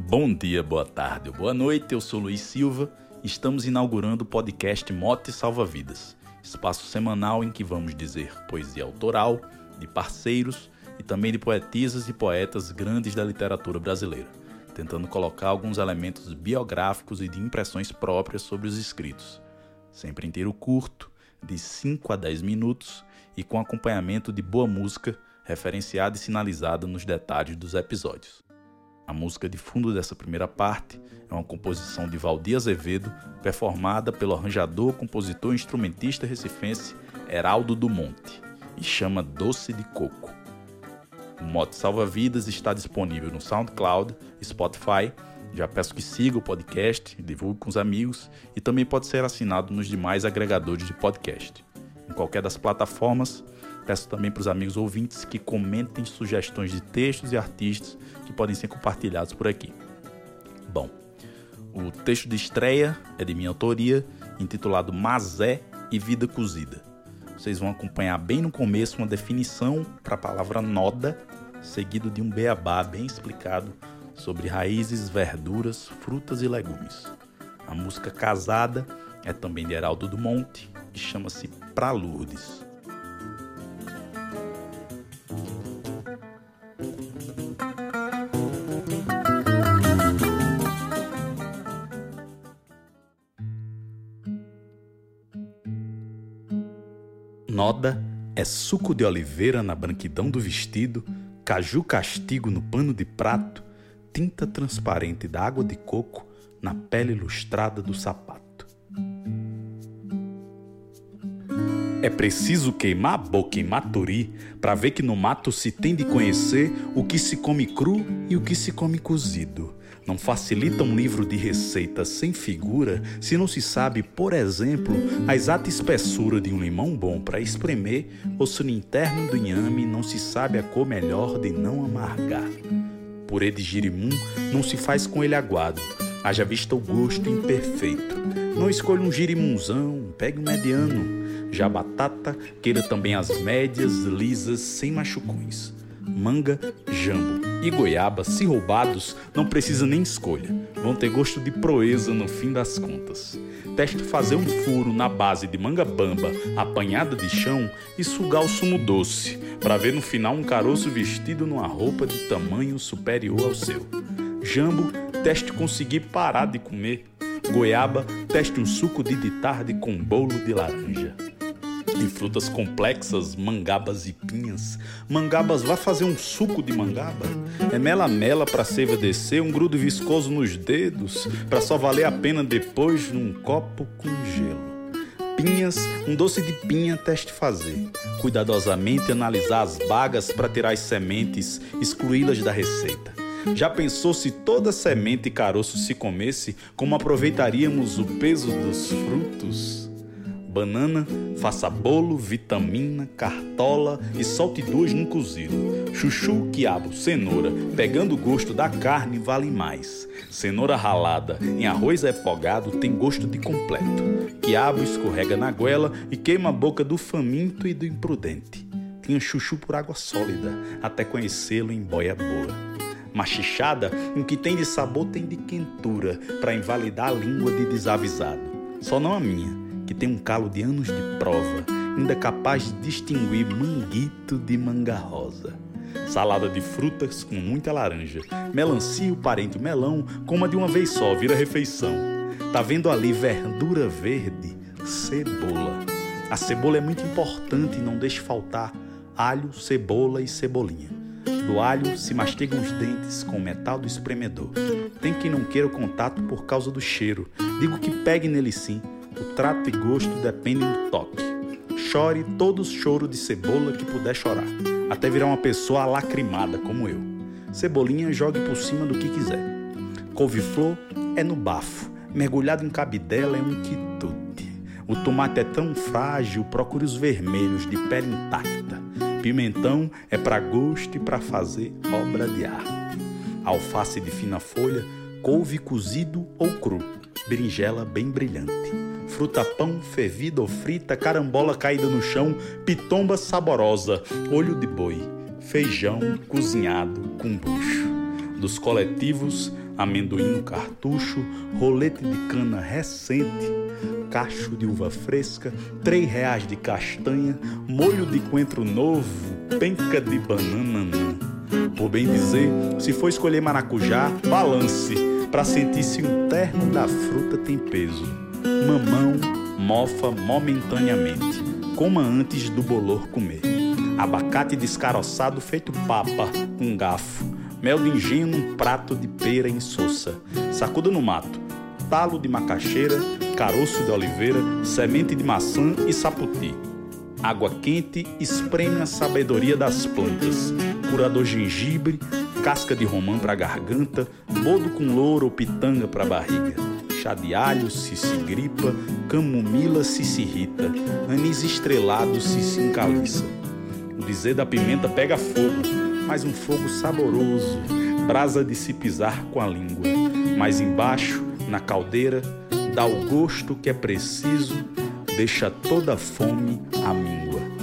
Bom dia, boa tarde ou boa noite, eu sou Luiz Silva e estamos inaugurando o podcast Mote Salva Vidas, espaço semanal em que vamos dizer poesia autoral, de parceiros e também de poetisas e poetas grandes da literatura brasileira, tentando colocar alguns elementos biográficos e de impressões próprias sobre os escritos, sempre em tiro curto, de 5 a 10 minutos e com acompanhamento de boa música referenciada e sinalizada nos detalhes dos episódios. A música de fundo dessa primeira parte é uma composição de Valdir Azevedo, performada pelo arranjador, compositor e instrumentista recifense Heraldo do Monte, e chama Doce de Coco. O Mote Salva Vidas está disponível no SoundCloud e Spotify. Já peço que siga o podcast, divulgue com os amigos e também pode ser assinado nos demais agregadores de podcast. Em qualquer das plataformas, peço também para os amigos ouvintes que comentem sugestões de textos e artistas que podem ser compartilhados por aqui. Bom, o texto de estreia é de minha autoria, intitulado Mazé e Vida Cozida. Vocês vão acompanhar bem no começo uma definição para a palavra noda, seguido de um beabá bem explicado sobre raízes, verduras, frutas e legumes. A música Casada é também de Heraldo do Monte e chama-se Pra Lourdes. Noda é suco de oliveira na branquidão do vestido, caju castigo no pano de prato, tinta transparente da água de coco na pele lustrada do sapato. É preciso queimar a boca em Maturi para ver que no mato se tem de conhecer o que se come cru e o que se come cozido. Não facilita um livro de receitas sem figura se não se sabe, por exemplo, a exata espessura de um limão bom para espremer ou se no interno do inhame não se sabe a cor melhor de não amargar. Purê de girimum não se faz com ele aguado, haja vista o gosto imperfeito. Não escolha um girimunzão, pegue um mediano. Já a batata, queira também as médias, lisas, sem machucões. Manga, jambo e goiaba, se roubados, não precisa nem escolha. Vão ter gosto de proeza no fim das contas. Teste fazer um furo na base de manga bamba, apanhada de chão, e sugar o sumo doce, para ver no final um caroço vestido numa roupa de tamanho superior ao seu. Jambo, teste conseguir parar de comer. Goiaba, teste um suco de tarde com bolo de laranja. De frutas complexas, mangabas e pinhas. Mangabas, vá fazer um suco de mangaba. É mela-mela pra seiva descer, um grudo viscoso nos dedos, pra só valer a pena depois num copo com gelo. Pinhas, um doce de pinha teste fazer. Cuidadosamente analisar as bagas pra tirar as sementes, excluí-las da receita. Já pensou se toda semente e caroço se comesse, como aproveitaríamos o peso dos frutos? Banana, faça bolo, vitamina, cartola e solte 2 num cozido. Chuchu, quiabo, cenoura, pegando o gosto da carne vale mais. Cenoura ralada em arroz refogado tem gosto de completo. Quiabo escorrega na goela e queima a boca do faminto e do imprudente. Tinha chuchu por água sólida, até conhecê-lo em boia boa. Machichada, o que tem de sabor tem de quentura, para invalidar a língua de desavisado. Só não a minha, que tem um calo de anos de prova, ainda capaz de distinguir manguito de manga rosa. Salada de frutas com muita laranja, melancia, o parente melão, coma de uma vez só, vira refeição. Tá vendo ali verdura verde? Cebola. A cebola é muito importante e não deixe faltar alho, cebola e cebolinha. Do alho se mastigam os dentes com o metal do espremedor. Tem quem não queira o contato por causa do cheiro. Digo que pegue nele sim. O trato e gosto dependem do toque. Chore todo choro de cebola que puder chorar, até virar uma pessoa alacrimada como eu. Cebolinha jogue por cima do que quiser. Couve-flor é no bafo, mergulhado em cabidela é um quitute. O tomate é tão frágil, procure os vermelhos de pele intacta. Pimentão é para gosto e para fazer obra de arte. Alface de fina folha, couve cozido ou cru, berinjela bem brilhante. Fruta-pão, fervida ou frita, carambola caída no chão, pitomba saborosa, olho de boi, feijão cozinhado com bucho. Dos coletivos, amendoim no cartucho, rolete de cana recente, cacho de uva fresca, R$3 de castanha, molho de coentro novo, penca de banana. Por bem dizer, se for escolher maracujá, balance, pra sentir se um terno da fruta tem peso. Mamão mofa momentaneamente, coma antes do bolor comer. Abacate descaroçado feito papa com garfo, mel de engenho num prato de pera insossa. Sacuda no mato, talo de macaxeira, caroço de oliveira, semente de maçã e saputi. Água quente espreme a sabedoria das plantas. Curador gengibre, casca de romã pra garganta, boldo com louro ou pitanga pra barriga. Chá de alho se gripa, camomila se irrita, anis estrelado se encaliça. O dizer da pimenta pega fogo, mas um fogo saboroso, brasa de se pisar com a língua. Mas embaixo, na caldeira, dá o gosto que é preciso, deixa toda a fome à míngua.